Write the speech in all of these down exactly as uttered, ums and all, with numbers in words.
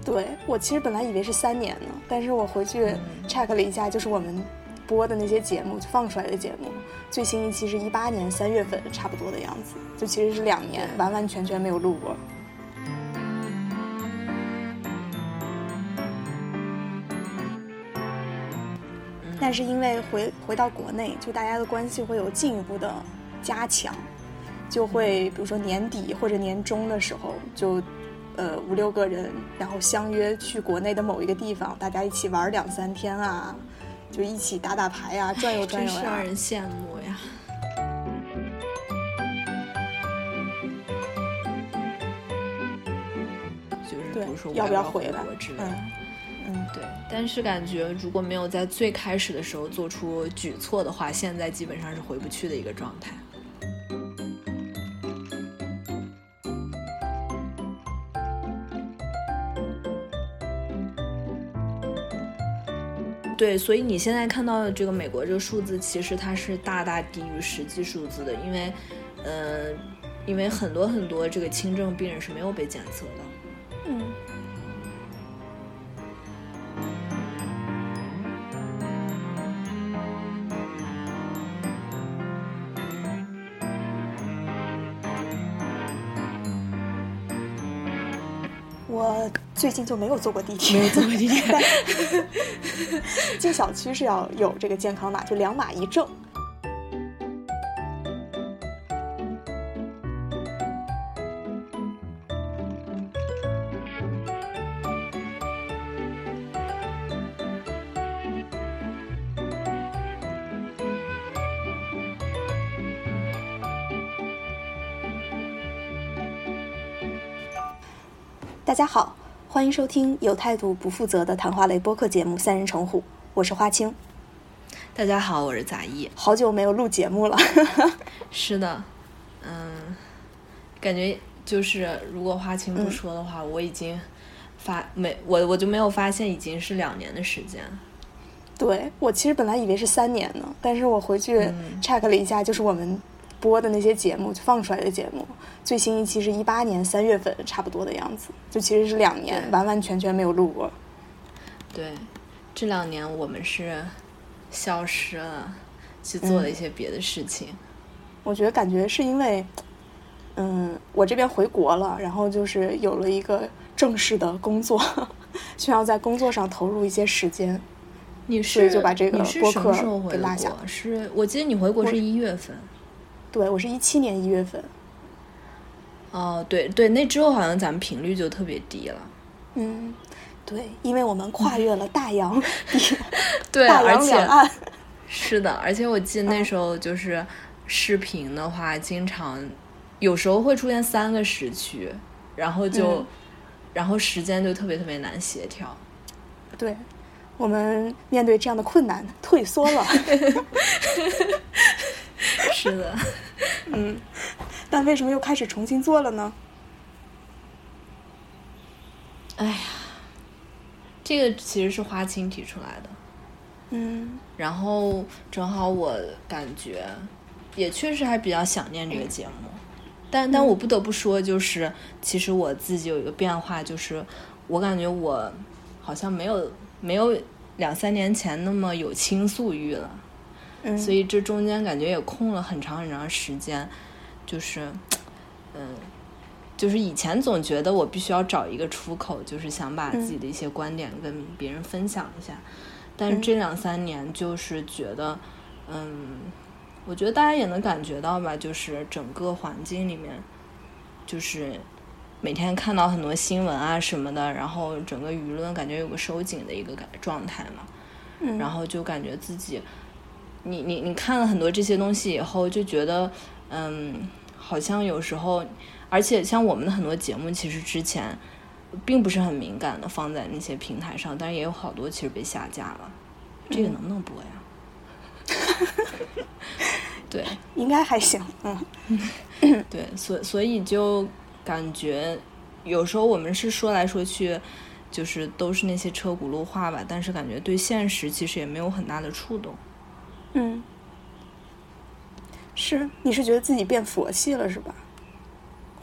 对，我其实本来以为是三年呢，但是我回去 check 了一下，就是我们播的那些节目，就放出来的节目，最新一期是一八年三月份差不多的样子，就其实是两年完完全全没有录过。但是因为回回到国内，就大家的关系会有进一步的加强，就会比如说年底或者年中的时候，就呃五六个人，然后相约去国内的某一个地方，大家一起玩两三天啊，就一起打打牌啊，转悠转悠啊， 真是让人羡慕呀。就是比如说我要不要回来之类的。 嗯嗯，对，但是感觉如果没有在最开始的时候做出举措的话，现在基本上是回不去的一个状态。对，所以你现在看到的这个美国这个数字，其实它是大大低于实际数字的，因为，呃，因为很多很多这个轻症病人是没有被检测的。 嗯。我最近就没有坐过地铁， 没有坐过地铁。 进小区是要有这个健康码，就两码一证。大家好，欢迎收听有态度不负责的谈话类播客节目《三人成虎》，我是花青。 大家好，我是杂艺。 好久没有录节目了。 是的，嗯，感觉就是如果花青不说的话，嗯、我已经发没我我就没有发现已经是两年的时间。 对，我其实本来以为是三年呢，但是我回去 check 了一下，嗯、就是我们播的那些节目，就放出来的节目，最新一期是一八年三月份差不多的样子，就其实是两年完完全全没有录过。 对，这两年我们是消失了，去做了一些别的事情。 嗯、我觉得感觉是因为，嗯，我这边回国了，然后就是有了一个正式的工作，需要在工作上投入一些时间。 你是就把这个播客给拉下。 是我记得你回国是一月份。 对，我是一七年一月份。 哦，对对，那之后好像咱们频率就特别低了。 嗯，对，因为我们跨越了大洋， 对， 大洋两岸。 是的，而且我记得那时候就是视频的话，嗯、经常有时候会出现三个时区，然后就，嗯、然后时间就特别特别难协调。 对，我们面对这样的困难退缩了。 是的， 嗯，但为什么又开始重新做了呢？ 哎呀，这个其实是花青提出来的， 嗯， 然后正好我感觉也确实还比较想念这个节目，但但我不得不说，就是其实我自己有一个变化，就是我感觉我好像没有没有两三年前那么有倾诉欲了。 嗯、 所以这中间感觉也空了很长很长时间，就是嗯，就是以前总觉得我必须要找一个出口，就是想把自己的一些观点跟别人分享一下，嗯、但是这两三年就是觉得嗯，我觉得大家也能感觉到吧，就是整个环境里面就是每天看到很多新闻啊什么的，然后整个舆论感觉有个收紧的一个状态嘛， 嗯、 然后就感觉自己你你你看了很多这些东西以后，就觉得，嗯，好像有时候，而且像我们的很多节目，其实之前并不是很敏感的放在那些平台上，但是也有好多其实被下架了。这个能不能播呀？嗯、对， 应该还行。嗯， 对，所所以就感觉有时候我们是说来说去，就是都是那些车轱辘话吧，但是感觉对现实其实也没有很大的触动。 嗯，是，你是觉得自己变佛系了是吧？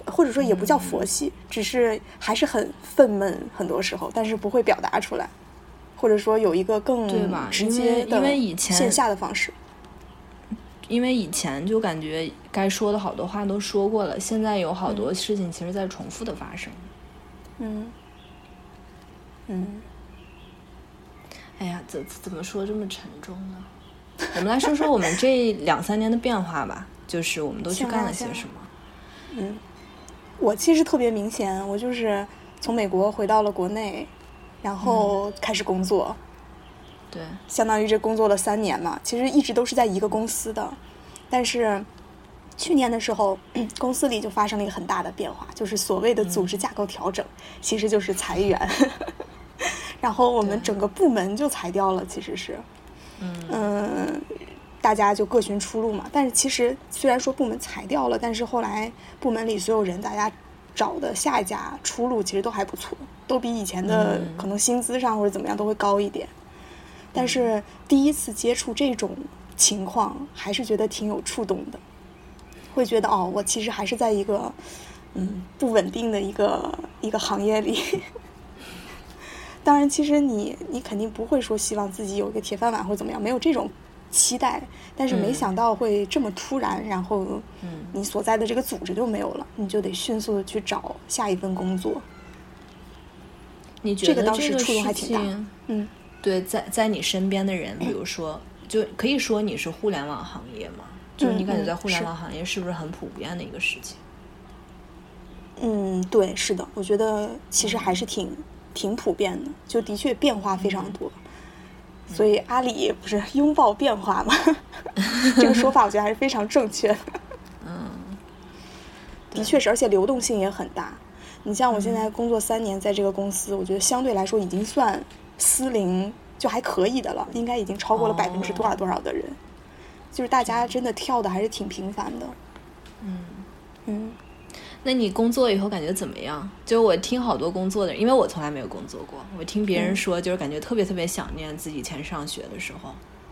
或者说也不叫佛系，嗯、只是还是很愤懑，很多时候，但是不会表达出来，或者说有一个更直接的因为以前线下的方式。 因为以前就感觉该说的好多话都说过了，现在有好多事情其实在重复的发生。 嗯嗯， 哎呀，怎怎么说这么沉重呢？我们来说说我们这两三年的变化吧，就是我们都去干了些什么。 嗯，我其实特别明显，我就是从美国回到了国内，然后开始工作。嗯对， 相当于这工作了三年嘛，其实一直都是在一个公司的，但是去年的时候，公司里就发生了一个很大的变化，就是所谓的组织架构调整，嗯、其实就是裁员，然后我们整个部门就裁掉了，其实是，嗯、呃，大家就各寻出路嘛。但是其实虽然说部门裁掉了，但是后来部门里所有人大家找的下一家出路其实都还不错，都比以前的可能薪资上或者怎么样都会高一点。但是第一次接触这种情况，还是觉得挺有触动的，会觉得哦，我其实还是在一个嗯不稳定的一个一个行业里。当然，其实你你肯定不会说希望自己有一个铁饭碗或怎么样，没有这种期待。但是没想到会这么突然，嗯、然后你所在的这个组织就没有了，你就得迅速的去找下一份工作。 你觉得这个当时触动还挺大，嗯。 对，在在你身边的人，比如说，就可以说你是互联网行业嘛？就是你感觉在互联网行业是不是很普遍的一个事情？ 嗯，对，是的，我觉得其实还是挺、嗯、挺普遍的，就的确变化非常多。嗯、所以阿里不是拥抱变化吗？这个说法我觉得还是非常正确的。 嗯， 的确是，而且流动性也很大。你像我现在工作三年，在这个公司，嗯、我觉得相对来说已经算私龄就还可以的了，应该已经超过了百分之多少多少的人，哦、就是大家真的跳的还是挺频繁的。 嗯嗯， 那你工作以后感觉怎么样？就我听好多工作的人，因为我从来没有工作过，我听别人说，就是感觉特别特别想念自己以前上学的时候。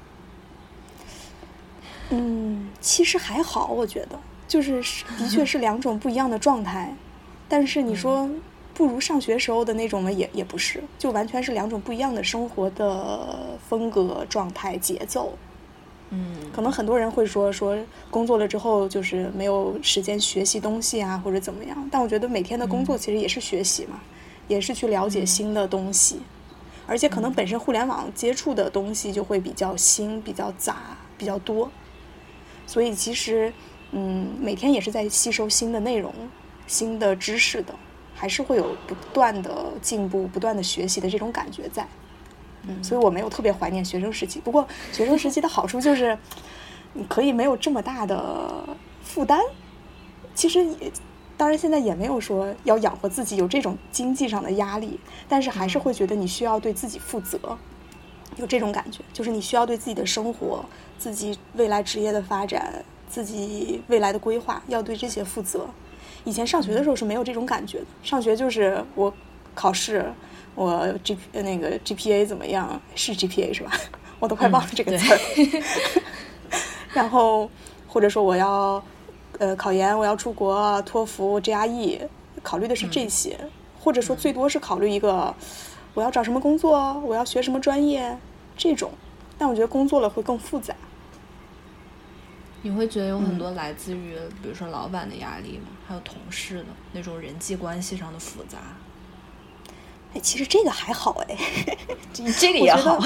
嗯，其实还好，我觉得就是的确是两种不一样的状态，但是你说。嗯不如上学时候的那种呢，也也不是，就完全是两种不一样的生活的风格、状态、节奏。 嗯， 可能很多人会说说工作了之后就是没有时间学习东西啊，或者怎么样。但我觉得每天的工作其实也是学习嘛，嗯、也是去了解新的东西，嗯、而且可能本身互联网接触的东西就会比较新、比较杂、比较多，所以其实嗯，每天也是在吸收新的内容、新的知识的。还是会有不断的进步、不断的学习的这种感觉在，嗯，所以我没有特别怀念学生时期。不过学生时期的好处就是，你可以没有这么大的负担。其实也，当然现在也没有说要养活自己，有这种经济上的压力，但是还是会觉得你需要对自己负责，有这种感觉，就是你需要对自己的生活、自己未来职业的发展、自己未来的规划，要对这些负责。以前上学的时候是没有这种感觉的，上学就是我考试，我 G 那个 G P A 怎么样？是 G P A 是吧？我都快忘了这个词儿。嗯、然后或者说我要呃考研，我要出国，托福、G R E， 考虑的是这些，嗯、或者说最多是考虑一个我要找什么工作，我要学什么专业这种。但我觉得工作了会更复杂。 你会觉得有很多来自于、嗯、比如说老板的压力吗？还有同事的那种人际关系上的复杂？ 哎，其实这个还好哎， 这个也好。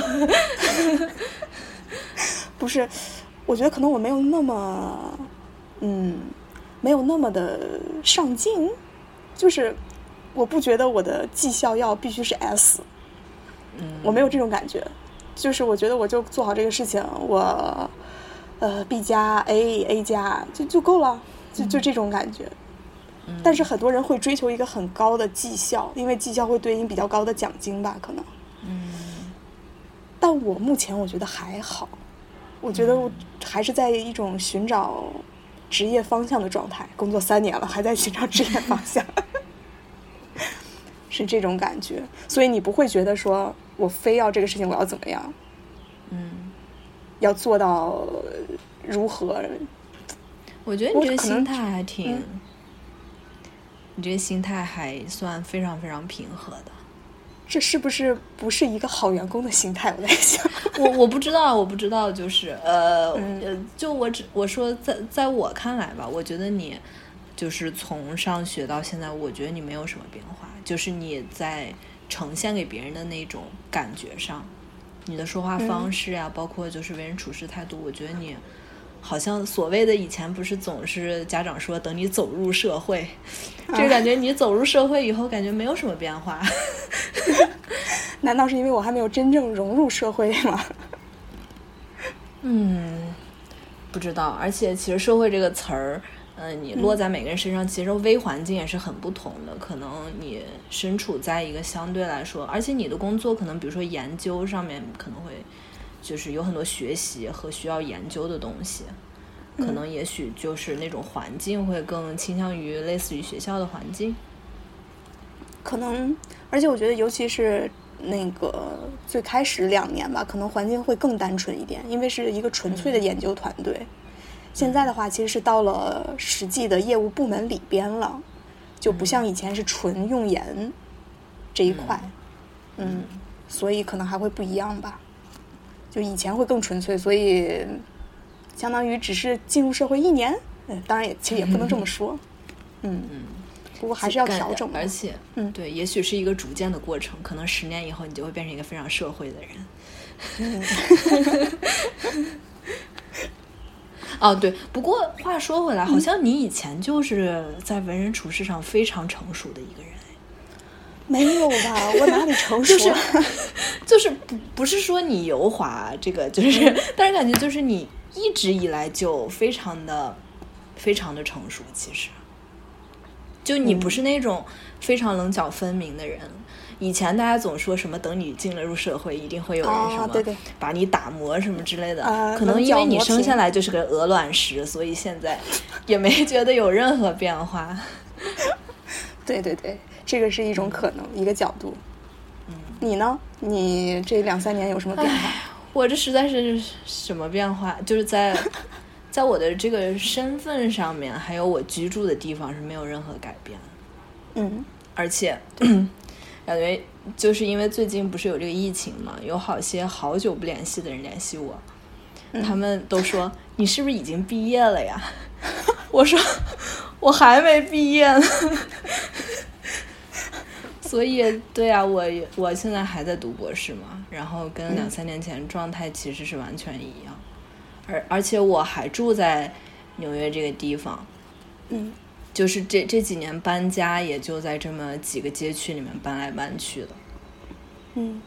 不是，我觉得可能我没有那么，嗯，没有那么的上进，就是我不觉得我的绩效要必须是 S， 嗯，我没有这种感觉，就是我觉得我就做好这个事情，我。呃 ，B 加 A A 加就就够了，就就这种感觉。嗯、但是很多人会追求一个很高的绩效，因为绩效会对应比较高的奖金吧，可能。 嗯。 但我目前我觉得还好，我觉得我还是在一种寻找职业方向的状态。工作三年了，还在寻找职业方向，是这种感觉。所以你不会觉得说我非要这个事情，我要怎么样？ 嗯。 要做到如何？ 我觉得你这个心态还挺， 嗯、 你这个心态还算非常非常平和的。 这是不是不是一个好员工的心态？我在想， 我我不知道，我不知道，就是呃，嗯、就我只我说在在我看来吧，我觉得你就是从上学到现在，我觉得你没有什么变化，就是你在呈现给别人的那种感觉上，你的说话方式啊，嗯、包括就是为人处事态度，我觉得你好像所谓的以前不是总是家长说等你走入社会，这感觉你走入社会以后感觉没有什么变化。 难道是因为我还没有真正融入社会吗？ 嗯，不知道。而且其实社会这个词儿，嗯、呃，你落在每个人身上，嗯、其实微环境也是很不同的。可能你身处在一个相对来说，而且你的工作可能比如说研究上面可能会就是有很多学习和需要研究的东西，可能也许就是那种环境会更倾向于类似于学校的环境。 可能，而且我觉得尤其是那个最开始两年吧，可能环境会更单纯一点，因为是一个纯粹的研究团队。嗯、现在的话其实是到了实际的业务部门里边了，就不像以前是纯用研这一块。嗯, 嗯，所以可能还会不一样吧。就以前会更纯粹，所以相当于只是进入社会一年，嗯，当然也其实也不能这么说。嗯嗯。不过还是要调整， 而且，嗯，对，也许是一个逐渐的过程，可能十年以后你就会变成一个非常社会的人。嗯、哦，对，不过话说回来，好像你以前就是在为人处事上非常成熟的一个人。 没有吧？我哪里成熟？ 就是就是不不是说你油滑，这个就是，但是感觉就是你一直以来就非常的非常的成熟，其实。就你不是那种非常棱角分明的人，嗯、以前大家总说什么等你进了入社会一定会有人什么、哦、 对对把你打磨什么之类的、 呃、 可能因为你生下来就是个鹅卵石，所以现在也没觉得有任何变化。 对对对，这个是一种可能、嗯、一个角度。 嗯， 你呢？你这两三年有什么变化？ 我这实在是什么变化，就是在在我的这个身份上面，还有我居住的地方是没有任何改变。 嗯， 而且感觉就是因为最近不是有这个疫情嘛，有好些好久不联系的人联系我， 嗯、 他们都说你是不是已经毕业了呀？我说我还没毕业呢。所以对啊，我我现在还在读博士嘛，然后跟两三年前状态其实是完全一样。而而且我还住在纽约这个地方， 嗯， 就是这这几年搬家也就在这么几个街区里面搬来搬去的， 嗯，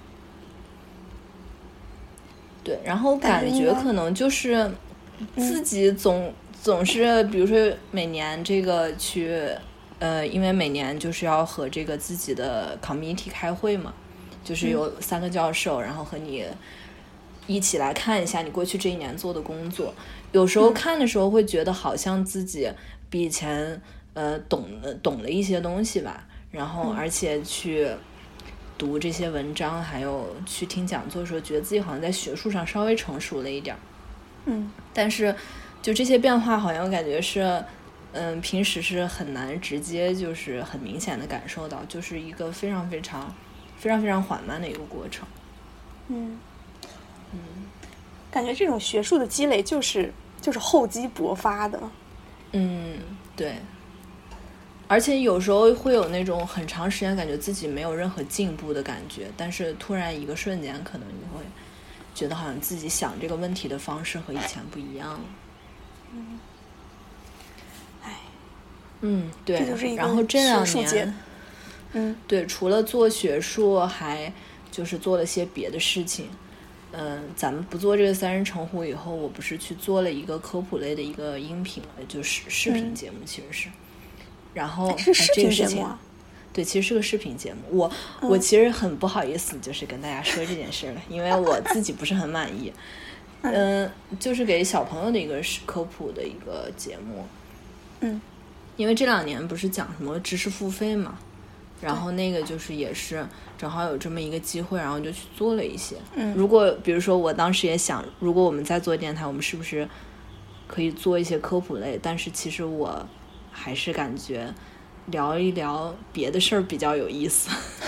对，然后感觉可能就是自己总、嗯、总是比如说每年这个去呃，因为每年就是要和这个自己的 committee 开会嘛，就是有三个教授，嗯、然后和你一起来看一下你过去这一年做的工作，有时候看的时候会觉得好像自己比以前呃懂了懂了一些东西吧，然后而且去读这些文章还有去听讲座的时候觉得自己好像在学术上稍微成熟了一点。 嗯， 但是就这些变化好像感觉是嗯平时是很难直接就是很明显的感受到，就是一个非常非常非常非常缓慢的一个过程。 嗯嗯， 感觉这种学术的积累就是就是厚积薄发的。 嗯，对。而且有时候会有那种很长时间感觉自己没有任何进步的感觉，但是突然一个瞬间可能你会觉得好像自己想这个问题的方式和以前不一样了。 嗯，哎， 嗯，对。 这就是一个然后这两年， 嗯， 对，除了做学术，还就是做了些别的事情。嗯，咱们不做这个三人成虎以后，我不是去做了一个科普类的一个音频，就是视频节目，其实是。嗯，然后是视频节目啊？ 对，其实是个视频节目。我、 嗯、 我其实很不好意思，就是跟大家说这件事了，因为我自己不是很满意。嗯、呃，就是给小朋友的一个科普的一个节目。 嗯， 因为这两年不是讲什么知识付费嘛，然后那个就是也是正好有这么一个机会，然后就去做了一些。 嗯， 如果比如说我当时也想，如果我们在做电台，我们是不是可以做一些科普类？但是其实我还是感觉聊一聊别的事儿比较有意思。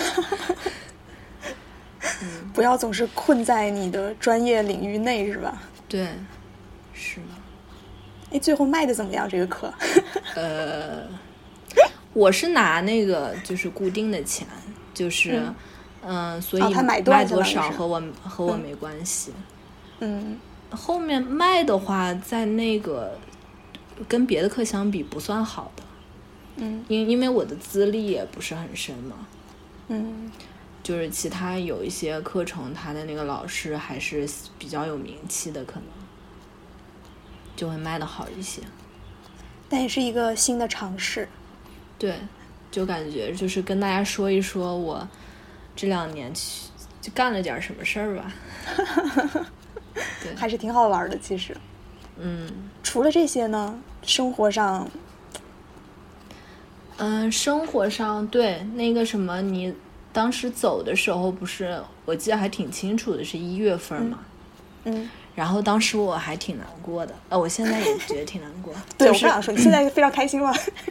嗯，不要总是困在你的专业领域内，是吧？ 对，是的。 哎，最后卖的怎么样？这个课？ 呃，我是拿那个就是固定的钱，就是嗯、呃，所以哦、他买卖多少和我和我没关系。 嗯， 后面卖的话，在那个跟别的课相比不算好的。 嗯， 因因为我的资历也不是很深嘛。 嗯， 就是其他有一些课程，他的那个老师还是比较有名气的，可能就会卖的好一些。 但也是一个新的尝试。 对，就感觉就是跟大家说一说我这两年去就干了点什么事儿吧。对， 还是挺好玩的，其实。 嗯， 除了这些呢，生活上， 嗯，生活上对那个什么，你当时走的时候不是，我记得还挺清楚的，是一月份嘛。 嗯。嗯， 然后当时我还挺难过的，呃，我现在也觉得挺难过。 对， 就是、 我刚想说，你现在非常开心吗？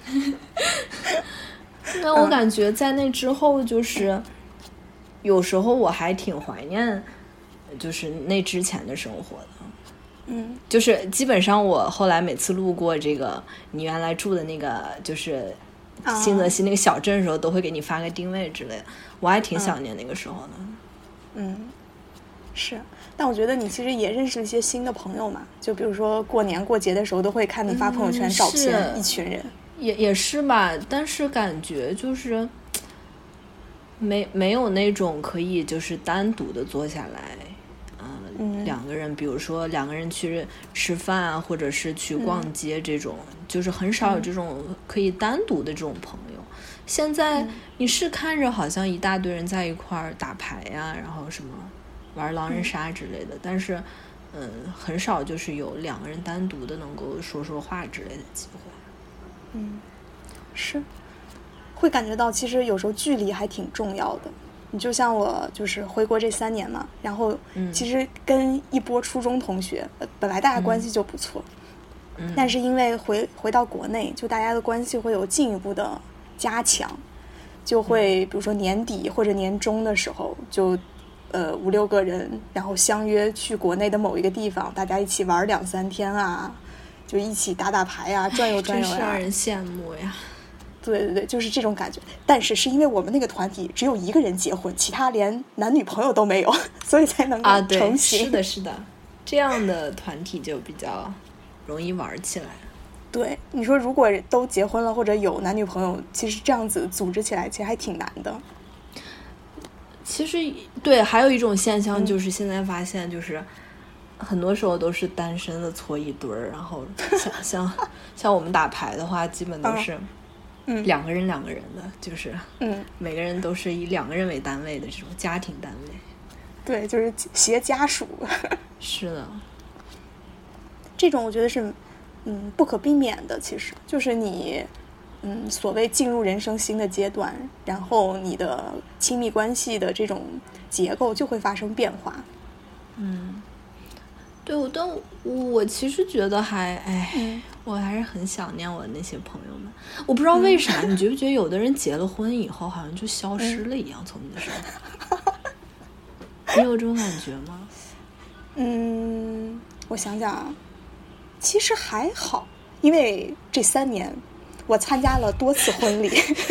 那我感觉在那之后，就是、嗯、有时候我还挺怀念，就是那之前的生活的。 嗯， 就是基本上我后来每次路过这个你原来住的那个就是新泽西那个小镇的时候，都会给你发个定位之类的，我还挺想念那个时候的。 嗯，是。但我觉得你其实也认识了一些新的朋友嘛，就比如说过年过节的时候都会看你发朋友圈照片、嗯、一群人， 也也是吧。但是感觉就是没没有那种可以就是单独的坐下来，呃、嗯，两个人，比如说两个人去吃饭啊，或者是去逛街这种，嗯、就是很少有这种可以单独的这种朋友。嗯、现在你是看着好像一大堆人在一块儿打牌呀、啊，然后什么。玩狼人杀之类的，嗯、但是，嗯，很少就是有两个人单独的能够说说话之类的机会。 嗯，是，会感觉到其实有时候距离还挺重要的。你就像我就是回国这三年嘛，然后其实跟一波初中同学，嗯、本来大家关系就不错， 嗯、 但是因为回回到国内，就大家的关系会有进一步的加强，就会比如说年底或者年中的时候就。呃，五六个人，然后相约去国内的某一个地方，大家一起玩两三天啊，就一起打打牌啊，转悠转悠啊， 真是让人羡慕呀！ 对对对，就是这种感觉。但是是因为我们那个团体只有一个人结婚，其他连男女朋友都没有，所以才能够成型。 啊，对，是的，是的，这样的团体就比较容易玩起来。 对，你说如果都结婚了或者有男女朋友，其实这样子组织起来其实还挺难的。 其实对，还有一种现象就是现在发现，就是、嗯、很多时候都是单身的搓一堆儿，然后像像像我们打牌的话，基本都是两个人两个人的，嗯、就是嗯， 每个人都是以两个人为单位的这种家庭单位。 对，就是携家属。 是的， 这种我觉得是嗯不可避免的，其实就是你。嗯，所谓进入人生新的阶段，然后你的亲密关系的这种结构就会发生变化。 嗯，对，我但我其实觉得还，哎、嗯，我还是很想念我那些朋友们。我不知道为啥，嗯、你觉不觉得有的人结了婚以后好像就消失了一样，嗯、从你的生活？你有这种感觉吗？ 嗯，我想想啊，其实还好，因为这三年。我参加了多次婚礼，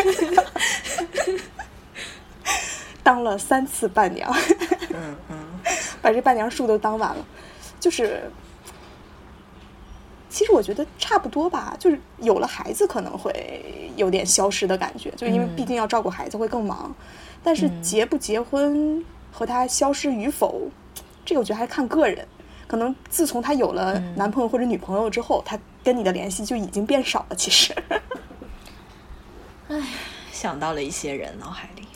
当了三次伴娘， 嗯嗯， 把这伴娘数都当完了。就是，其实我觉得差不多吧。就是有了孩子可能会有点消失的感觉，就因为毕竟要照顾孩子会更忙。嗯、但是结不结婚和他消失与否，嗯、这个我觉得还看个人。可能自从他有了男朋友或者女朋友之后，嗯、他跟你的联系就已经变少了。其实， 唉，想到了一些人脑海里。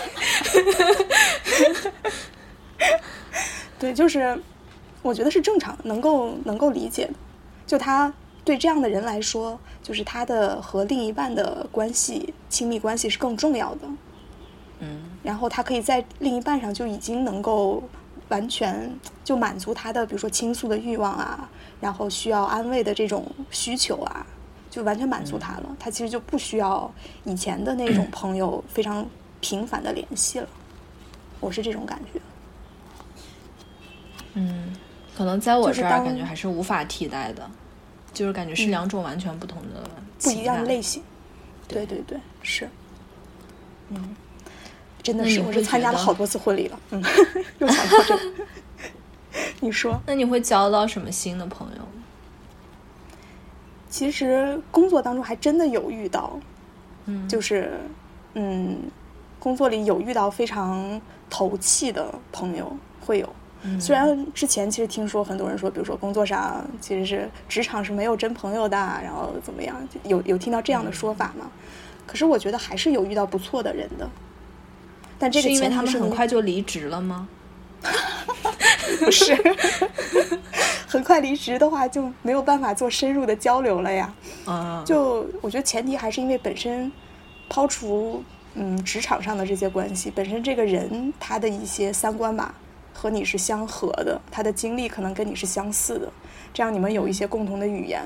对，就是我觉得是正常，能够能够理解的。就他对这样的人来说，就是他的和另一半的关系、亲密关系是更重要的。 嗯， 然后他可以在另一半上就已经能够。完全就满足他的比如说倾诉的欲望啊，然后需要安慰的这种需求啊， 就完全满足他了，嗯、他其实就不需要以前的那种朋友非常频繁的联系了。我是这种感觉。 嗯，可能在我这儿感觉还是无法替代的，就是感觉是两种完全不同的、嗯、 不一样的类型。对对对，是。嗯，真的是，我是参加了好多次婚礼了。嗯，又想到这个。你说， 那你会交到什么新的朋友吗？ 其实工作当中还真的有遇到， 嗯， 就是嗯，工作里有遇到非常投契的朋友，会有。 嗯、 虽然之前其实听说很多人说，比如说工作上其实是职场是没有真朋友的，然后怎么样，有有听到这样的说法嘛？嗯、可是我觉得还是有遇到不错的人的。但这个是因为他们很快就离职了吗？ 不是，很快离职的话就没有办法做深入的交流了呀。 啊， 就我觉得前提还是因为本身抛除嗯职场上的这些关系，本身这个人他的一些三观吧和你是相合的，他的经历可能跟你是相似的，这样你们有一些共同的语言。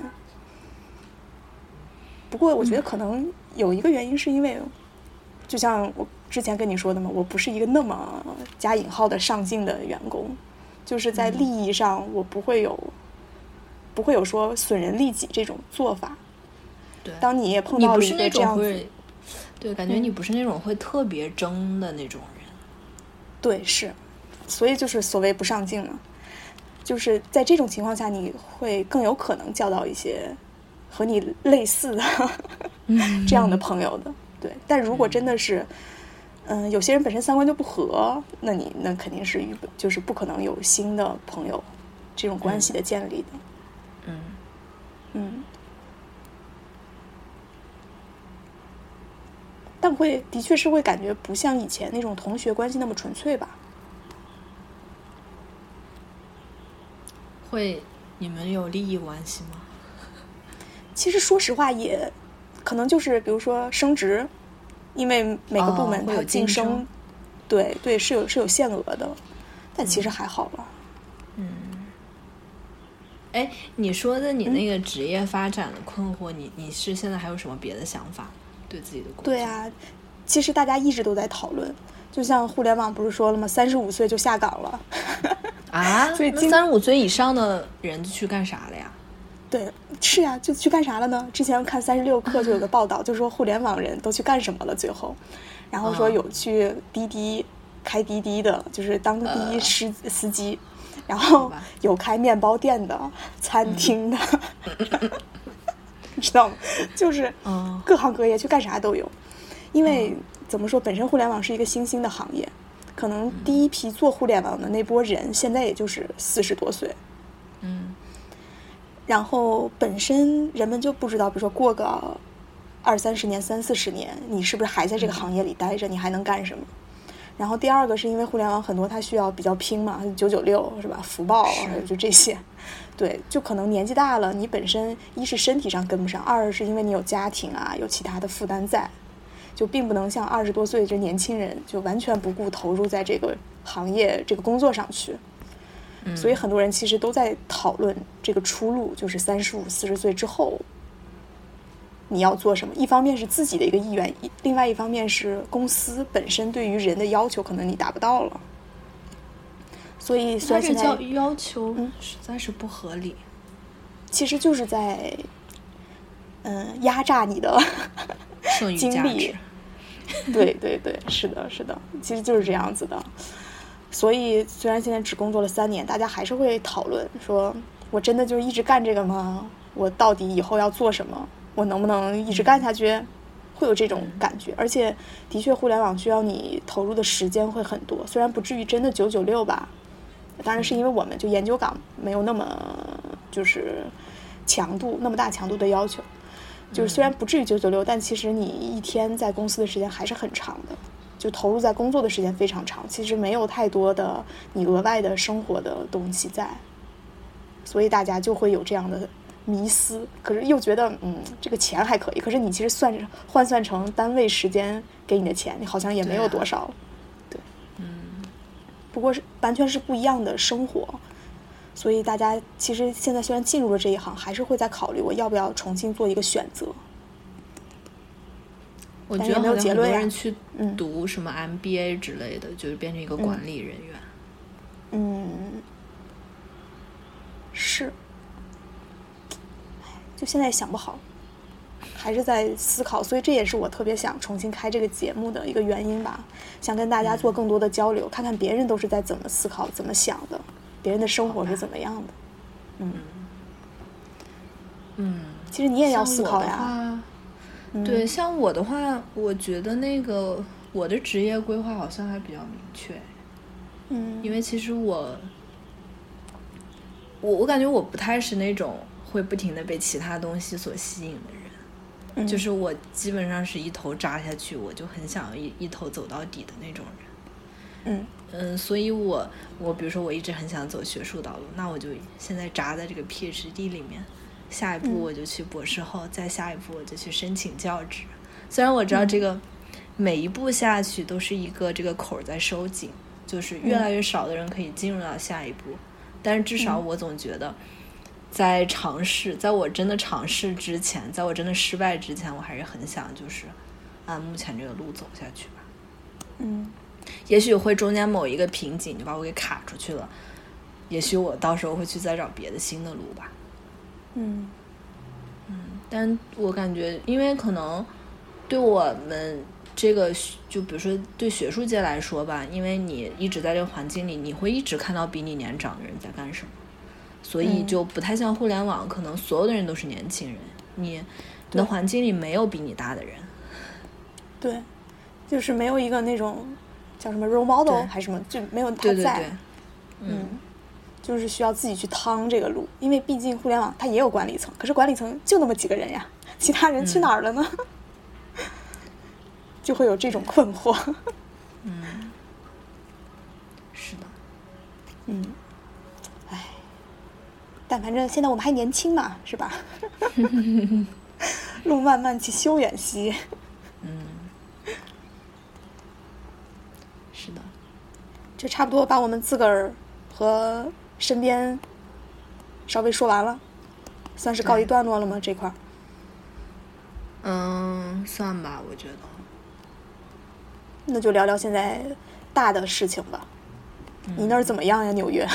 不过我觉得可能有一个原因是因为，就像我之前跟你说的嘛，我不是一个那么加引号的上进的员工，就是在利益上我不会有、嗯、不会有说损人利己这种做法。 对， 当你也碰到了一个这样子， 对，感觉你不是那种会特别争的那种人。 嗯、对，是，所以就是所谓不上进嘛，就是在这种情况下你会更有可能交到一些和你类似的这样的朋友的。对，但如果真的是嗯、呃，有些人本身三观就不合，那你那肯定是就是不可能有新的朋友这种关系的建立的。 嗯嗯，但会的确是会感觉不像以前那种同学关系那么纯粹吧。 会，你们有利益关系吗？ 其实说实话也可能就是比如说升职，因为每个部门它晋升、 哦、 对对是有是有限额的，但其实还好吧。 嗯，哎，你说的你那个职业发展的困惑、嗯、你你是现在还有什么别的想法对自己的工作？ 对啊，其实大家一直都在讨论，就像互联网不是说了吗？三十五岁就下岗了啊？所以三十五岁以上的人去干啥了呀？ 对，是呀、啊，就去干啥了呢？之前看三十六课就有个报道，就说互联网人都去干什么了，最后，然后说有去滴滴、嗯、开滴滴的，就是当滴滴司、呃、司机，然后有开面包店的、餐厅的，嗯、你知道吗？就是各行各业去干啥都有，因为、嗯、怎么说，本身互联网是一个新兴的行业，可能第一批做互联网的那波人现在也就是四十多岁， 嗯。 然后本身人们就不知道，比如说过个二三十年、三四十年，你是不是还在这个行业里待着？你还能干什么？然后第二个是因为互联网很多它需要比较拼嘛，九九六是吧？福报还有就这些，对，就可能年纪大了，你本身一是身体上跟不上，二是因为你有家庭啊，有其他的负担在，就并不能像二十多岁这年轻人就完全不顾投入在这个行业这个工作上去。所以很多人其实都在讨论这个出路，就是三十五、四十岁之后你要做什么。一方面是自己的一个意愿，另外一方面是公司本身对于人的要求，可能你达不到了。所以虽然现在这叫要求实在是不合理， 嗯、其实就是在嗯压榨你的精力。对对对，是的，是的，其实就是这样子的。所以虽然现在只工作了三年，大家还是会讨论说，我真的就一直干这个吗？我到底以后要做什么？我能不能一直干下去？会有这种感觉。而且的确互联网需要你投入的时间会很多，虽然不至于真的九九六吧，当然是因为我们就研究岗没有那么就是强度那么大强度的要求，就是虽然不至于九九六，但其实你一天在公司的时间还是很长的，就投入在工作的时间非常长，其实没有太多的你额外的生活的东西在，所以大家就会有这样的迷思。可是又觉得嗯这个钱还可以，可是你其实算换算成单位时间给你的钱，你好像也没有多少。 对,、啊、对，嗯，不过是完全是不一样的生活， 所以大家其实现在虽然进入了这一行，还是会在考虑我要不要重新做一个选择。 我觉得好像很多人去嗯读什么 M B A 之类的，就是变成一个管理人员。 嗯，是，就现在想不好，还是在思考，所以这也是我特别想重新开这个节目的一个原因吧，想跟大家做更多的交流，嗯、看看别人都是在怎么思考、怎么想的，别人的生活是怎么样的。嗯嗯， 其实你也要思考呀。 对，像我的话，我觉得那个我的职业规划好像还比较明确。 嗯， 因为其实我我我感觉我不太是那种会不停的被其他东西所吸引的人、 嗯、 就是我基本上是一头扎下去，我就很想一一头走到底的那种人。嗯嗯，所以我我比如说我一直很想走学术道路，那我就现在扎在这个 PhD 里面，下一步我就去博士后、嗯、再下一步我就去申请教职。虽然我知道这个每一步下去都是一个这个口在收紧，就是越来越少的人可以进入到下一步、嗯、但是至少我总觉得在尝试，在我真的尝试之前，在我真的失败之前，我还是很想就是按目前这个路走下去吧。 嗯， 也许会中间某一个瓶颈就把我给卡出去了，也许我到时候会去再找别的新的路吧。 嗯嗯，但我感觉因为可能对我们这个就比如说对学术界来说吧，因为你一直在这个环境里，你会一直看到比你年长的人在干什么，所以就不太像互联网、嗯、可能所有的人都是年轻人，你的环境里没有比你大的人。 对，就是没有一个那种叫什么 role model 还是什么，就没有他在。 对对对，嗯， 嗯，就是需要自己去趟这个路，因为毕竟互联网它也有管理层，可是管理层就那么几个人呀，其他人去哪儿了呢？嗯就会有这种困惑。 嗯，是的。 嗯，哎，但反正现在我们还年轻嘛，是吧？路漫漫其修远兮。 嗯，是的。 就差不多把我们自个儿和身边稍微说完了，算是告一段落了吗？这块儿？ 嗯，算吧，我觉得。 那就聊聊现在大的事情吧。嗯、你那儿怎么样呀，纽约？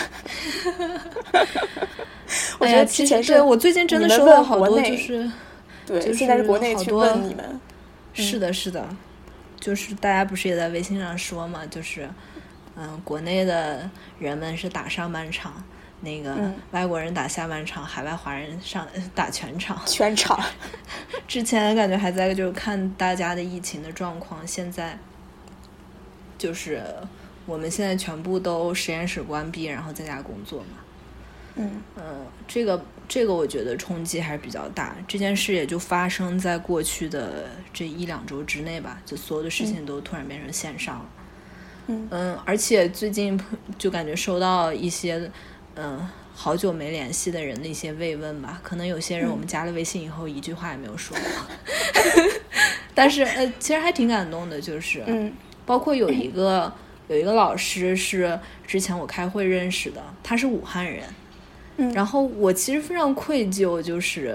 我觉得之前是、 哎、我最近真的收到好多就是， 对， 就是现在是国内去问你们。 是的，是的，就是大家不是也在微信上说嘛，就是嗯，国内的人们是打上半场，那个外国人打下半场，嗯、海外华人上打全场。 全场。 之前感觉还在就是看大家的疫情的状况，现在。就是我们现在全部都实验室关闭，然后在家工作嘛。 嗯嗯、呃，这个这个我觉得冲击还是比较大。这件事也就发生在过去的这一两周之内吧，就所有的事情都突然变成线上了。 嗯嗯，而且最近就感觉收到一些嗯、呃、好久没联系的人的一些慰问吧。可能有些人我们加了微信以后、嗯、一句话也没有说过，但是呃其实还挺感动的，就是嗯。 包括有一个有一个老师是之前我开会认识的，他是武汉人， 嗯， 然后我其实非常愧疚，就是、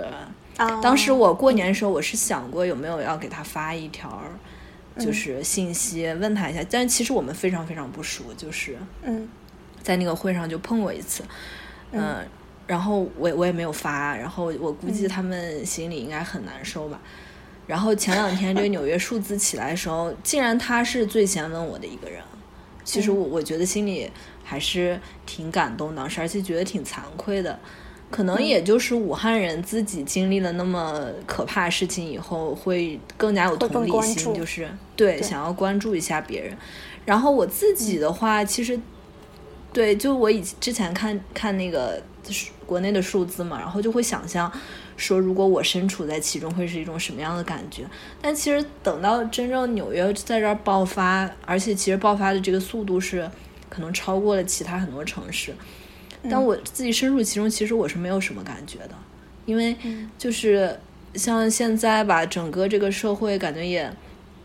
啊、 当时我过年的时候我是想过有没有要给他发一条就是信息、嗯、问他一下，但其实我们非常非常不熟，就是嗯， 在那个会上就碰过一次，嗯、呃，然后我我也没有发，然后我估计他们心里应该很难受吧。然后前两天这个纽约数字起来的时候，竟然他是最先问我的一个人，其实我我觉得心里还是挺感动的，而且觉得挺惭愧的。可能也就是武汉人自己经历了那么可怕的事情以后，会更加有同理心，就是对想要关注一下别人。然后我自己的话，其实对，就我以之前看看那个国内的数字嘛，然后就会想象。说如果我身处在其中会是一种什么样的感觉，但其实等到真正纽约在这儿爆发，而且其实爆发的这个速度是可能超过了其他很多城市，但我自己身处其中其实我是没有什么感觉的，因为就是像现在吧，整个这个社会感觉也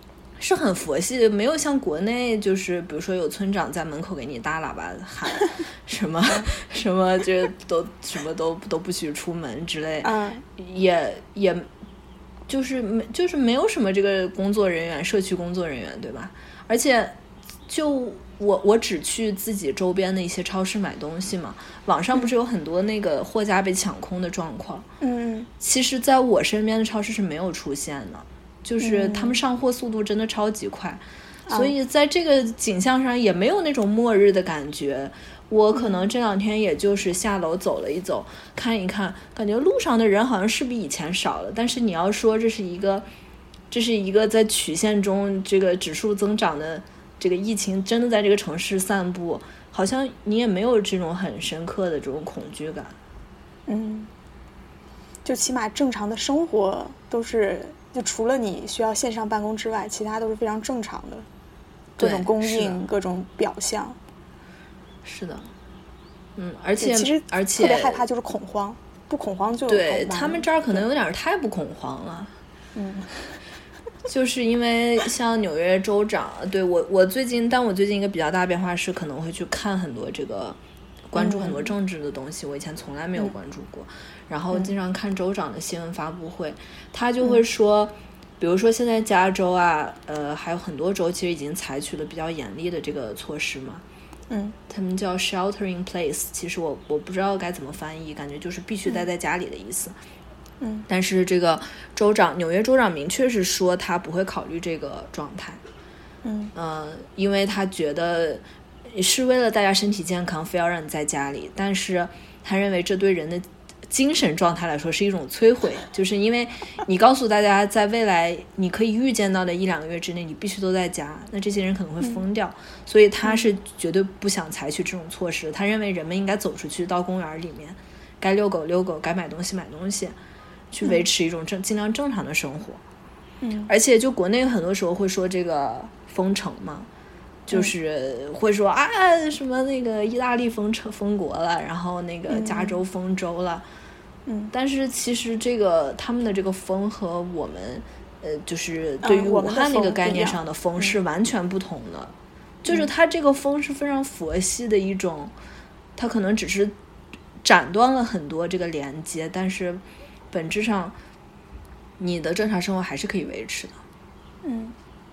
是很佛系，没有像国内就是比如说有村长在门口给你大喇叭喊什么什么就都什么都都不许出门之类， 嗯， 也也就是没就是没有什么这个工作人员社区工作人员对吧？而且就我我只去自己周边的一些超市买东西嘛，网上不是有很多那个货架被抢空的状况， 嗯， 其实在我身边的超市是没有出现的，就是他们上货速度真的超级快， 嗯， 所以在这个景象上也没有那种末日的感觉。我可能这两天也就是下楼走了一走，看一看，感觉路上的人好像是比以前少了，但是你要说这是一个这是一个在曲线中这个指数增长的这个疫情真的在这个城市散布，好像你也没有这种很深刻的这种恐惧感。 嗯，就起码正常的生活都是，就除了你需要线上办公之外，其他都是非常正常的，各种供应各种表象。 是的，嗯，而且其实而且特别害怕就是恐慌，不恐慌就对他们这儿可能有点太不恐慌了。 嗯， 就是因为像纽约州长，对我我最近，但我最近一个比较大的变化是可能会去看很多这个关注很多政治的东西，嗯、我以前从来没有关注过，嗯、然后经常看州长的新闻发布会，他就会说。嗯比如说现在加州啊，呃，还有很多州其实已经采取了比较严厉的这个措施嘛， 嗯， 他们叫 shelter in place， 其实我我不知道该怎么翻译，感觉就是必须待在家里的意思。 嗯， 但是这个州长，纽约州长明确是说他不会考虑这个状态， 嗯， 呃，因为他觉得是为了大家身体健康，非要让你在家里，但是他认为这对人的精神状态来说是一种摧毁，就是因为你告诉大家在未来你可以预见到的一两个月之内你必须都在家，那这些人可能会疯掉、嗯、所以他是绝对不想采取这种措施，他认为人们应该走出去到公园里面，该遛狗遛狗，该买东西买东西，去维持一种正、嗯、尽量正常的生活。 嗯， 而且就国内很多时候会说这个封城嘛，就是会说、嗯、啊什么那个意大利封城封国了，然后那个加州封州了， 嗯， 但是其实这个他们的这个封和我们呃就是对于武汉那个概念上的封是完全不同的、嗯、就是它这个封是非常佛系的一种，它可能只是斩断了很多这个连接，但是本质上你的正常生活还是可以维持的。 嗯，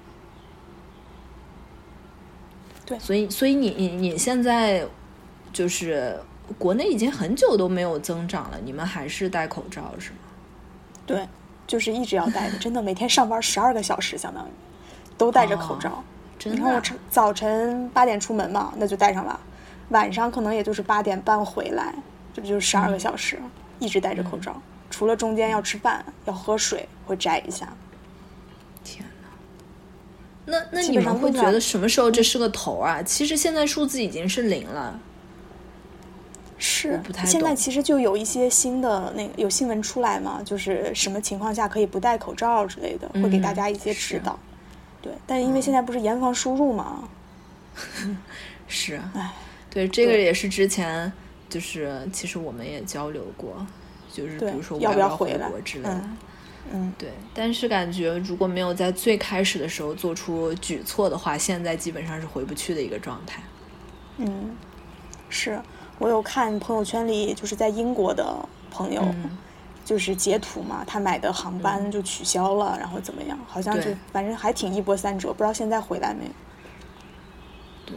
对， 所以所以你你你现在就是国内已经很久都没有增长了，你们还是戴口罩是吗？ 对，就是一直要戴的，真的每天上班十二个小时，相当于都戴着口罩。哦、 真的、啊？ 你看我早晨八点出门嘛，那就戴上了，晚上可能也就是八点半回来，这不就是十二个小时、嗯、一直戴着口罩、嗯，除了中间要吃饭、要喝水会摘一下。 天哪！那那你们会觉得什么时候这是个头啊？其实现在数字已经是零了。 是，现在其实就有一些新的那个有新闻出来嘛，就是什么情况下可以不戴口罩之类的，嗯、会给大家一些指导。对，但因为现在不是严防输入嘛。 嗯、是， 哎， 对，这个也是之前就是其实我们也交流过，就是比如说我要不要回国之类的。 嗯嗯， 对，但是感觉如果没有在最开始的时候做出举措的话，现在基本上是回不去的一个状态。 嗯，是。我有看朋友圈里就是在英国的朋友、嗯、就是截图嘛，他买的航班就取消了、嗯、然后怎么样，好像就反正还挺一波三折，不知道现在回来没有。 对，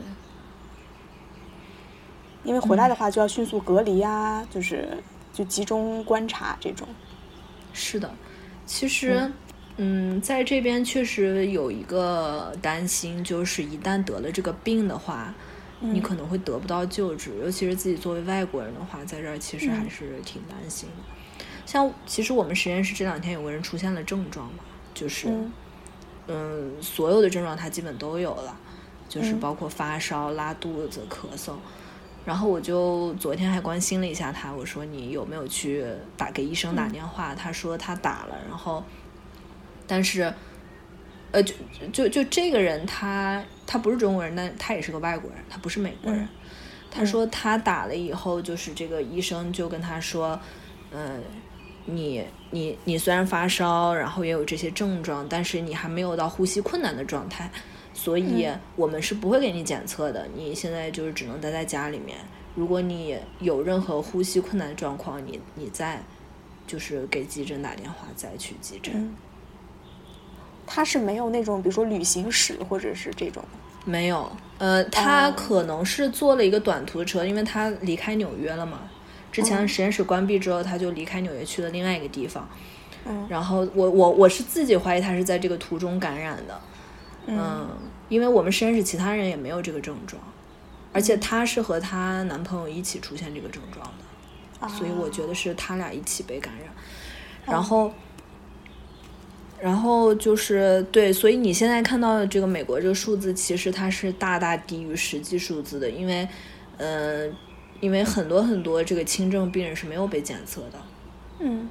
因为回来的话就要迅速隔离啊、嗯、就是就集中观察这种。 是的，其实嗯, 嗯在这边确实有一个担心，就是一旦得了这个病的话你可能会得不到救治、嗯、尤其是自己作为外国人的话，在这儿其实还是挺担心的、嗯、像其实我们实验室这两天有个人出现了症状嘛，就是嗯、呃、所有的症状他基本都有了，就是包括发烧、拉肚子、咳嗽，然后我就昨天还关心了一下他，我说你有没有去打给医生打电话、嗯、他说他打了，然后但是呃，就就就这个人他他不是中国人，但他也是个外国人，他不是美国人、嗯、他说他打了以后就是这个医生就跟他说呃你你你虽然发烧，然后也有这些症状，但是你还没有到呼吸困难的状态，所以我们是不会给你检测的、嗯、你现在就是只能待在家里面，如果你有任何呼吸困难的状况，你你再就是给急诊打电话再去急诊、嗯、 他是没有那种比如说旅行史或者是这种？ 没有，呃，他可能是坐了一个短途车、哦、因为他离开纽约了嘛，之前实验室关闭之后、嗯、他就离开纽约去了另外一个地方，嗯，然后我我我是自己怀疑他是在这个途中感染的， 嗯, 嗯，因为我们实验室其他人也没有这个症状，而且她是和她男朋友一起出现这个症状的、嗯、所以我觉得是他俩一起被感染、嗯、然后然后就是对，所以你现在看到的这个美国这个数字其实它是大大低于实际数字的，因为呃因为很多很多这个轻症病人是没有被检测的。 嗯，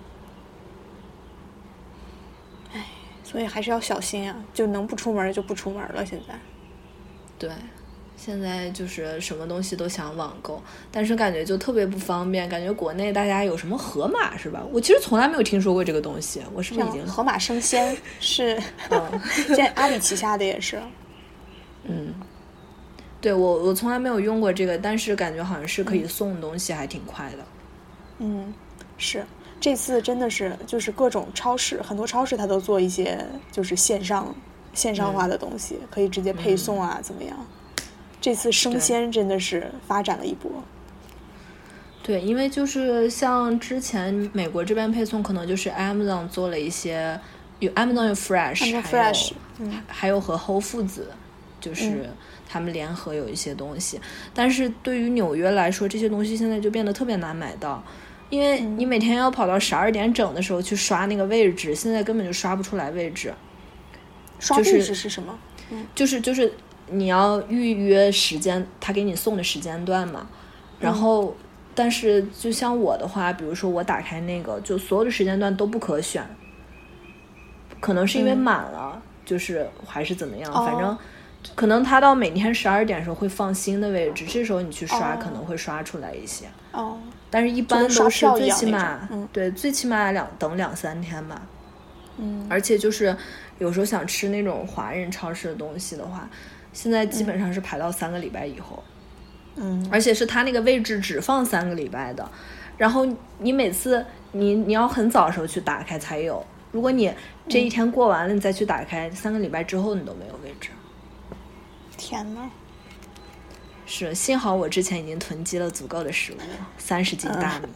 哎，所以还是要小心啊，就能不出门就不出门了现在。 对，现在就是什么东西都想网购，但是感觉就特别不方便，感觉国内大家有什么盒马是吧？我其实从来没有听说过这个东西，我是不是已经盒马生鲜是嗯，现在阿里旗下的也是。 嗯，对，我我从来没有用过这个，但是感觉好像是可以送东西还挺快的。 嗯，是这次真的是就是各种超市，很多超市它都做一些就是线上线上化的东西、嗯、可以直接配送啊、嗯、怎么样，这次生鲜真的是发展了一波。 对，因为就是像之前美国这边配送可能就是 Amazon 做了一些，有 Amazon 有 Fresh， 还有、 嗯、还有和 Whole Foods 就是他们联合有一些东西、嗯、但是对于纽约来说这些东西现在就变得特别难买到，因为你每天要跑到十二点整的时候去刷那个位置，现在根本就刷不出来位置。 刷位置是什么？ 就是、就是就是你要预约时间，他给你送的时间段嘛，然后、嗯、但是就像我的话，比如说我打开那个就所有的时间段都不可选，可能是因为满了、嗯、就是还是怎么样、哦、反正可能他到每天十二点的时候会放新的位置，这时候你去刷、哦、可能会刷出来一些哦， 但是一般都是最起码、嗯、对，最起码两等两三天吧。 嗯， 而且就是有时候想吃那种华人超市的东西的话，现在基本上是排到三个礼拜以后。 嗯， 而且是他那个位置只放三个礼拜的，然后你每次你你要很早的时候去打开才有，如果你这一天过完了、嗯、你再去打开，三个礼拜之后你都没有位置。 天哪！ 是，幸好我之前已经囤积了足够的食物，三十斤大米。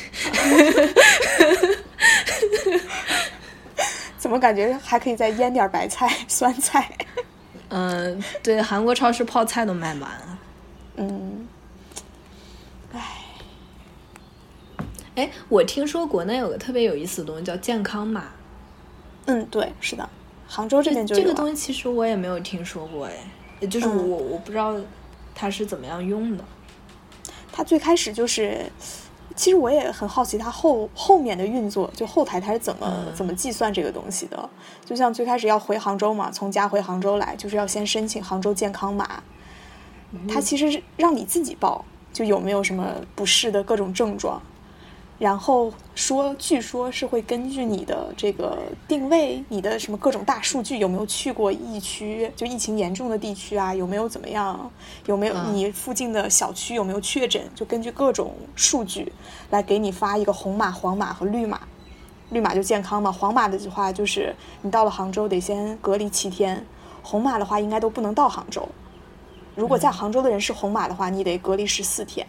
嗯怎么感觉还可以再腌点白菜、酸菜？ 嗯、呃，对，韩国超市泡菜都卖完了。 嗯，唉， 哎，我听说国内有个特别有意思的东西叫健康码。 嗯，对，是的，杭州这边就有、啊、 这个东西，其实我也没有听说过，哎，就是我、嗯、我不知道它是怎么样用的。 它最开始就是。其实我也很好奇它后后面的运作，就后台它是怎么、嗯、怎么计算这个东西的。就像最开始要回杭州嘛，从家回杭州来就是要先申请杭州健康码、嗯、它其实是让你自己报就有没有什么不适的各种症状，然后说据说是会根据你的这个定位，你的什么各种大数据，有没有去过疫区，就疫情严重的地区啊，有没有怎么样，有没有你附近的小区有没有确诊，就根据各种数据来给你发一个红码、黄码和绿码。绿码就健康嘛，黄码的话就是你到了杭州得先隔离七天，红码的话应该都不能到杭州，如果在杭州的人是红码的话，你得隔离十四天，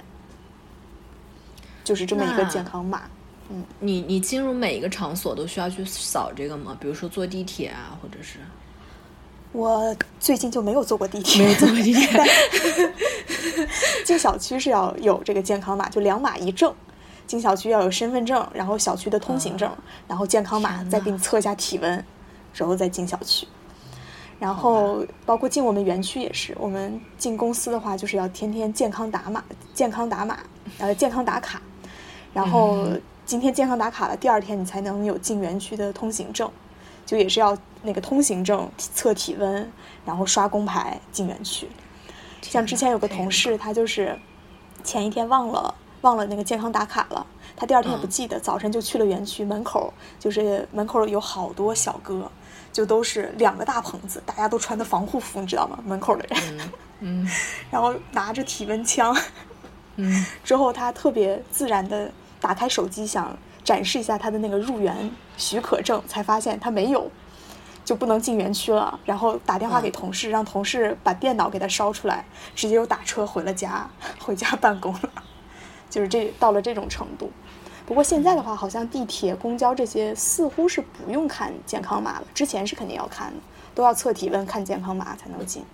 就是这么一个健康码。嗯， 你你进入每一个场所都需要去扫这个吗？比如说坐地铁啊，或者是？ 我最近就没有坐过地铁， 没有坐过地铁。 进小区是要有这个健康码，就两码一证。进小区要有身份证，然后小区的通行证，嗯、然后健康码，再给你测一下体温，然后再进小区。然后包括进我们园区也是，我们进公司的话就是要天天健康打码，健康打码，呃，健康打卡。然后今天健康打卡了，第二天你才能有进园区的通行证，就也是要那个通行证测体温，然后刷工牌进园区。像之前有个同事，他就是前一天忘了忘了那个健康打卡了，他第二天也不记得，嗯、早晨就去了园区门口，就是门口有好多小哥，就都是两个大棚子，大家都穿的防护服，你知道吗？门口的人， 嗯，嗯然后拿着体温枪， 嗯， 之后他特别自然的打开手机想展示一下他的那个入园许可证，才发现他没有，就不能进园区了。然后打电话给同事，嗯、让同事把电脑给他烧出来，直接又打车回了家，回家办公了。就是这到了这种程度。不过现在的话，好像地铁、公交这些似乎是不用看健康码了，之前是肯定要看的，都要测体温、看健康码才能进。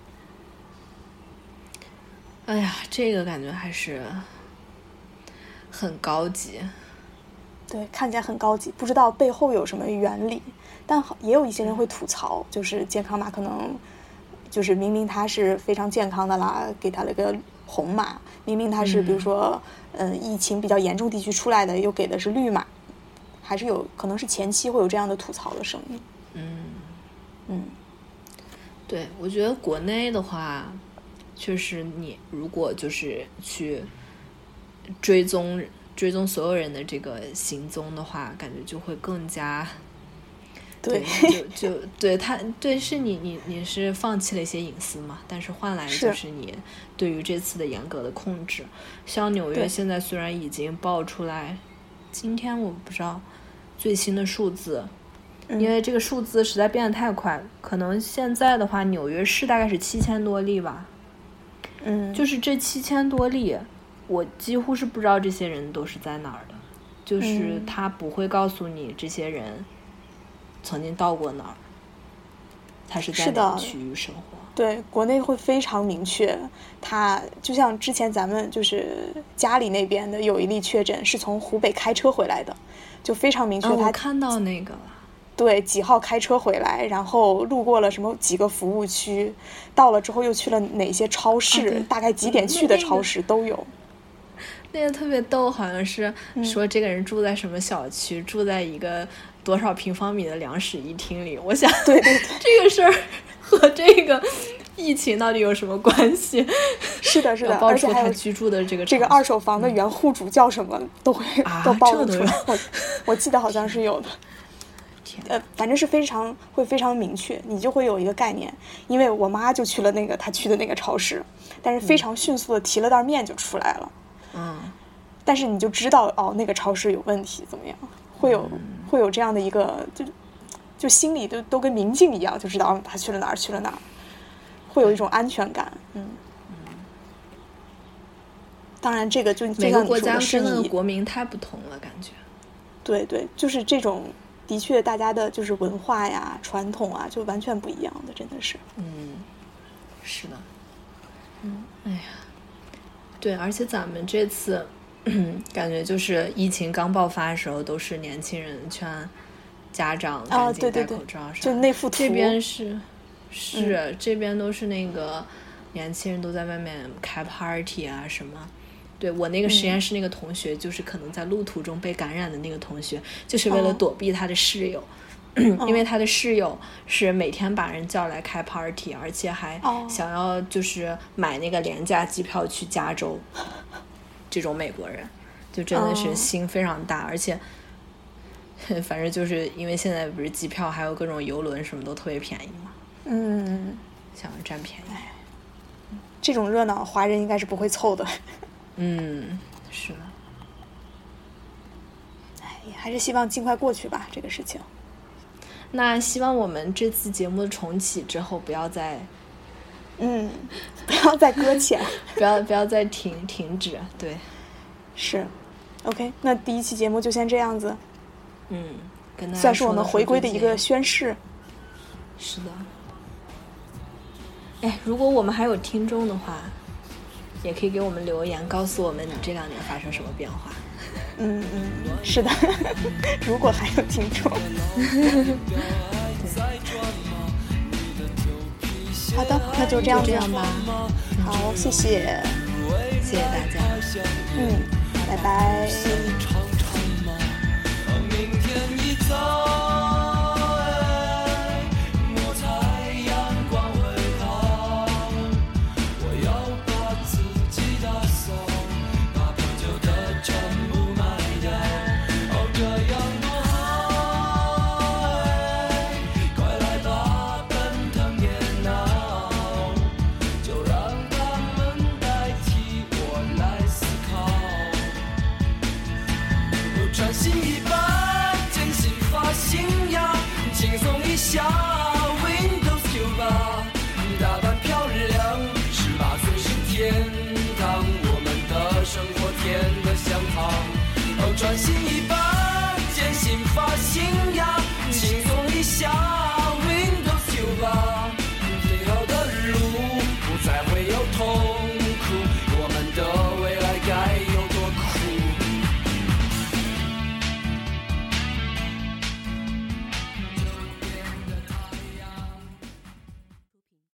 哎呀，这个感觉还是很高级。 对，看起来很高级，不知道背后有什么原理。但也有一些人会吐槽，就是健康码可能就是明明他是非常健康的啦，给他了个红码，明明他是比如说嗯、呃、疫情比较严重地区出来的，又给的是绿码，还是有可能是前期会有这样的吐槽的声音。 嗯嗯， 对，我觉得国内的话确实你如果就是去追踪追踪所有人的这个行踪的话，感觉就会更加对， 对就就对他对是你你你是放弃了一些隐私嘛，但是换来就是你对于这次的严格的控制。像纽约现在虽然已经爆出来，今天我不知道最新的数字， 嗯、 因为这个数字实在变得太快，可能现在的话纽约市大概是七千多例吧。 嗯， 就是这七千多例，我几乎是不知道这些人都是在哪儿的，就是他不会告诉你这些人曾经到过哪儿，他是在哪个区域生活。 对，国内会非常明确，他就像之前咱们就是家里那边的有一例确诊是从湖北开车回来的，就非常明确他、 哦、我看到那个了。 对，几号开车回来，然后路过了什么几个服务区，到了之后又去了哪些超市、 哦、 大概几点去的超市都有。 那个特别逗，好像是说这个人住在什么小区、嗯、住在一个多少平方米的两室一厅里。我想对对对， 这个事儿和这个疫情到底有什么关系？ 是的是的， 爆出他居住的这个这个二手房的原户主叫什么、嗯、都会都爆了出来、啊、我我记得好像是有的。呃，反正是非常会非常明确，你就会有一个概念。因为我妈就去了那个她去的那个超市，但是非常迅速的提了袋面就出来了。 嗯， 但是你就知道哦，那个超市有问题，怎么样？会有、嗯、会有这样的一个，就就心里都都跟明镜一样，就知道、哦、他去了哪儿去了哪儿，会有一种安全感。嗯嗯。当然，这个就每个国家真的国民太不同了，感觉。 对对，就是这种。的确大家的就是文化呀传统啊就完全不一样的，真的是。 嗯，是的。嗯，哎呀，对，而且咱们这次感觉就是疫情刚爆发的时候都是年轻人劝家长赶紧戴口罩啥、 哦、就那幅图。 这边是是、嗯、这边都是那个年轻人都在外面开 party 啊什么。对，我那个实验室那个同学、嗯、就是可能在路途中被感染的那个同学，就是为了躲避他的室友、哦、因为他的室友是每天把人叫来开 party、哦、而且还想要就是买那个廉价机票去加州、哦、这种美国人就真的是心非常大、哦、而且反正就是因为现在不是机票还有各种邮轮什么都特别便宜嘛， 嗯， 想要占便宜。 这种热闹华人应该是不会凑的。 嗯，是的。 哎，还是希望尽快过去吧，这个事情。 那希望我们这次节目重启之后，不要再， 嗯，不要再搁浅， 不要不要再停停止，对， 是 ，OK， 那第一期节目就先这样子。 嗯，跟大家算是我们回归的一个宣誓。 是的。哎，如果我们还有听众的话。也可以给我们留言告诉我们你这两年发生什么变化。 嗯嗯，是的。如果还有听众。好的，那就这样这样吧。 好，谢谢， 谢谢大家。 嗯，拜拜。 心一半，真心发信仰，轻松一下。